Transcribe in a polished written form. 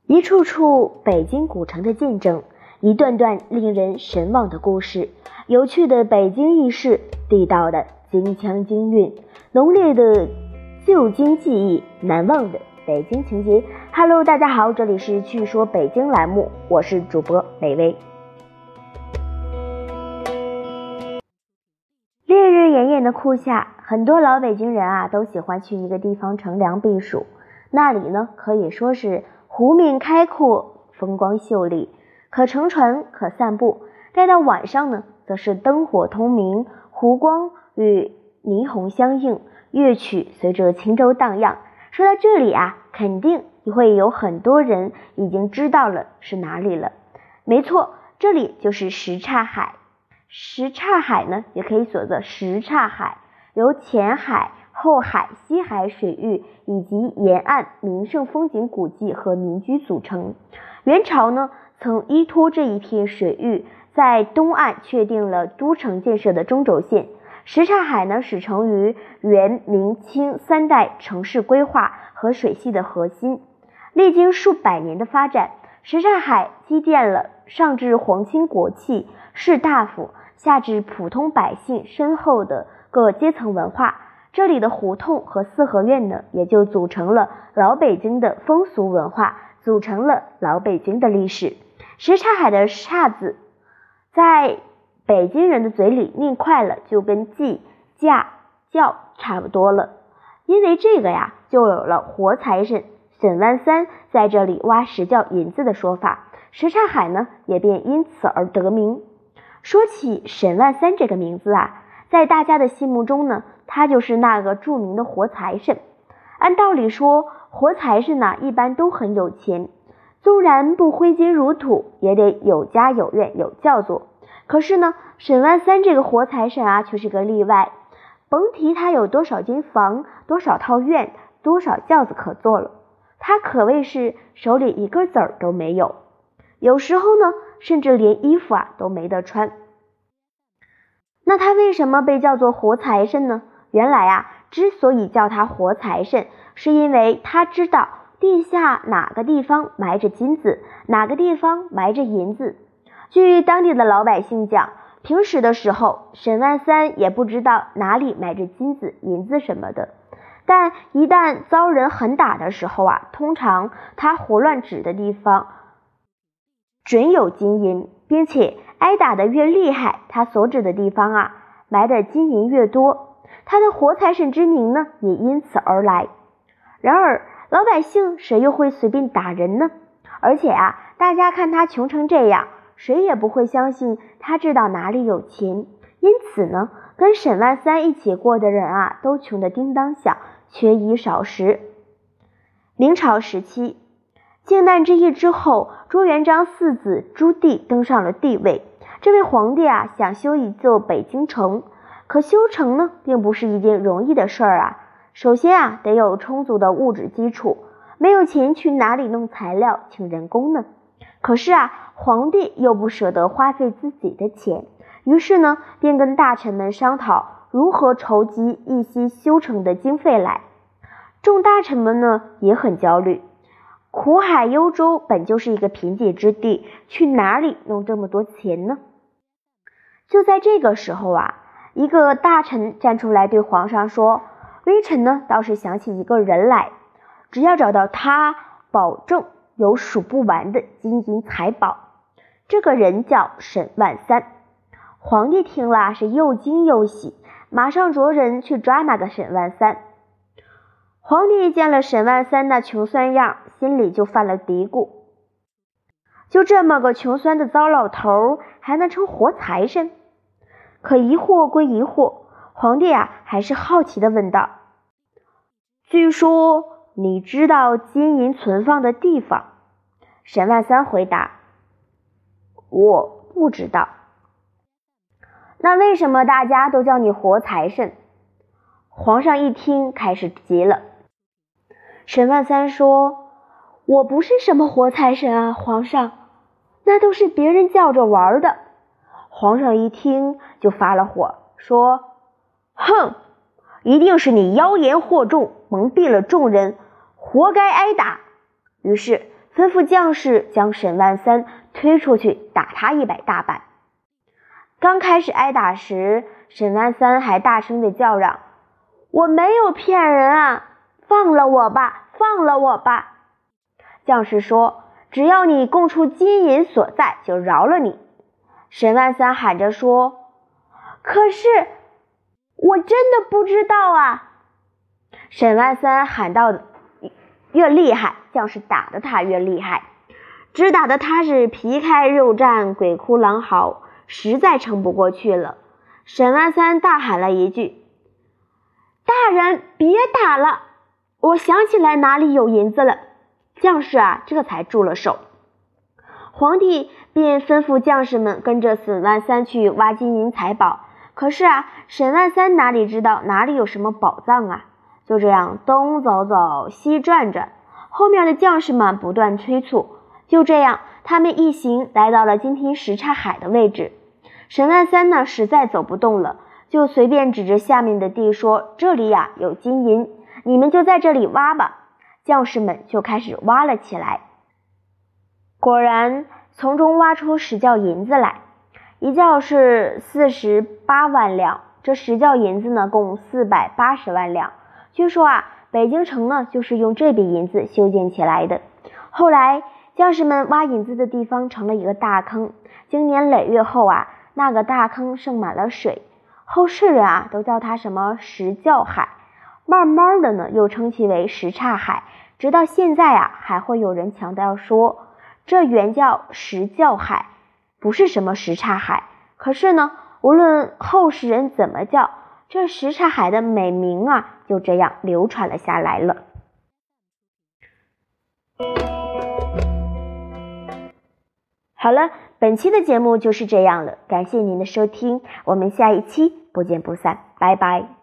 一处处北京古城的见证，一段段令人神往的故事，有趣的北京轶事，地道的京腔京韵，浓烈的旧京记忆，难忘的北京情节。Hello， 大家好，这里是趣说北京栏目，我是主播美薇。烈日炎炎的酷夏，很多老北京人都喜欢去一个地方乘凉避暑，那里呢可以说是湖面开阔，风光秀丽，可乘船，可散步。待到晚上呢，则是灯火通明，湖光与霓虹相映，乐曲随着轻舟荡漾。说到这里肯定会有很多人已经知道了是哪里了。没错，这里就是什刹海。什刹海呢，也可以锁作什刹海，由前海、后海、西海水域以及沿岸名胜风景古迹和民居组成。元朝呢，曾依托这一片水域，在东岸确定了都城建设的中轴线。什刹海呢，始成于元、明、清三代城市规划和水系的核心。历经数百年的发展，什刹海积淀了上至皇亲国戚、士大夫，下至普通百姓深厚的各阶层文化。这里的胡同和四合院呢，也就组成了老北京的风俗文化，组成了老北京的历史。什刹海的刹字，在北京人的嘴里念快了，就跟计、价、教差不多了。因为这个就有了活财神沈万三在这里挖石窖银子的说法，什刹海呢也便因此而得名。说起沈万三这个名字在大家的心目中呢，他就是那个著名的活财神。按道理说，活财神一般都很有钱，纵然不挥金如土，也得有家有院有轿做。可是呢，沈万三这个活财神却是个例外。甭提他有多少间房，多少套院，多少轿子可坐了，他可谓是手里一个子儿都没有，有时候呢，甚至连衣服都没得穿。那他为什么被叫做活财神呢？原来之所以叫他活财神，是因为他知道地下哪个地方埋着金子，哪个地方埋着银子。据当地的老百姓讲，平时的时候沈万三也不知道哪里埋着金子银子什么的，但一旦遭人狠打的时候通常他胡乱指的地方准有金银，并且挨打的越厉害，他所指的地方埋的金银越多，他的活财神之名呢也因此而来。然而老百姓谁又会随便打人呢？而且大家看他穷成这样，谁也不会相信他知道哪里有钱。因此呢，跟沈万三一起过的人都穷得叮当响，缺衣少食。明朝时期，靖难之役之后，朱元璋四子朱棣登上了帝位。这位皇帝想修一座北京城，可修城呢并不是一件容易的事儿首先得有充足的物质基础，没有钱去哪里弄材料请人工呢？可是皇帝又不舍得花费自己的钱，于是呢便跟大臣们商讨如何筹集一些修城的经费来。众大臣们呢也很焦虑，苦海幽州本就是一个贫瘠之地，去哪里弄这么多钱呢？就在这个时候一个大臣站出来对皇上说，微臣呢倒是想起一个人来，只要找到他，保证有数不完的金银财宝。这个人叫沈万三。皇帝听了是又惊又喜，马上着人去抓那个沈万三。皇帝见了沈万三那穷酸样，心里就犯了嘀咕，就这么个穷酸的糟老头还能成活财神？可疑惑归疑惑，皇帝还是好奇地问道，据说你知道金银存放的地方？沈万三回答，我不知道。那为什么大家都叫你活财神？皇上一听开始急了。沈万三说，我不是什么活财神皇上，那都是别人叫着玩的。皇上一听就发了火，说，哼，一定是你妖言惑众，蒙蔽了众人，活该挨打。于是吩咐将士将沈万三推出去打他100大板。刚开始挨打时，沈万三还大声地叫嚷：“我没有骗人啊，放了我吧，放了我吧！”将士说：“只要你供出金银所在，就饶了你。”沈万三喊着说：“可是我真的不知道啊！”沈万三喊到的越厉害，将士打得他越厉害，只打得他是皮开肉绽，鬼哭狼嚎，实在撑不过去了。沈万三大喊了一句：“大人别打了，我想起来哪里有银子了。”将士这才住了手。皇帝便吩咐将士们跟着沈万三去挖金银财宝。可是沈万三哪里知道哪里有什么宝藏啊？就这样东走走西转转，后面的将士们不断催促。就这样，他们一行来到了今天什刹海的位置。沈万三呢，实在走不动了，就随便指着下面的地说：“这里有金银，你们就在这里挖吧。”将士们就开始挖了起来。果然从中挖出10窖银子来，一窖是48万两，这10窖银子呢共480万两。据说北京城呢就是用这笔银子修建起来的。后来将士们挖银子的地方成了一个大坑，经年累月后那个大坑盛满了水，后世人都叫它什么什窖海，慢慢的呢又称其为什刹海，直到现在还会有人强调说这原叫什窖海，不是什么什刹海。可是呢，无论后世人怎么叫，这什刹海的美名就这样流传了下来了。好了，本期的节目就是这样了，感谢您的收听，我们下一期不见不散，拜拜。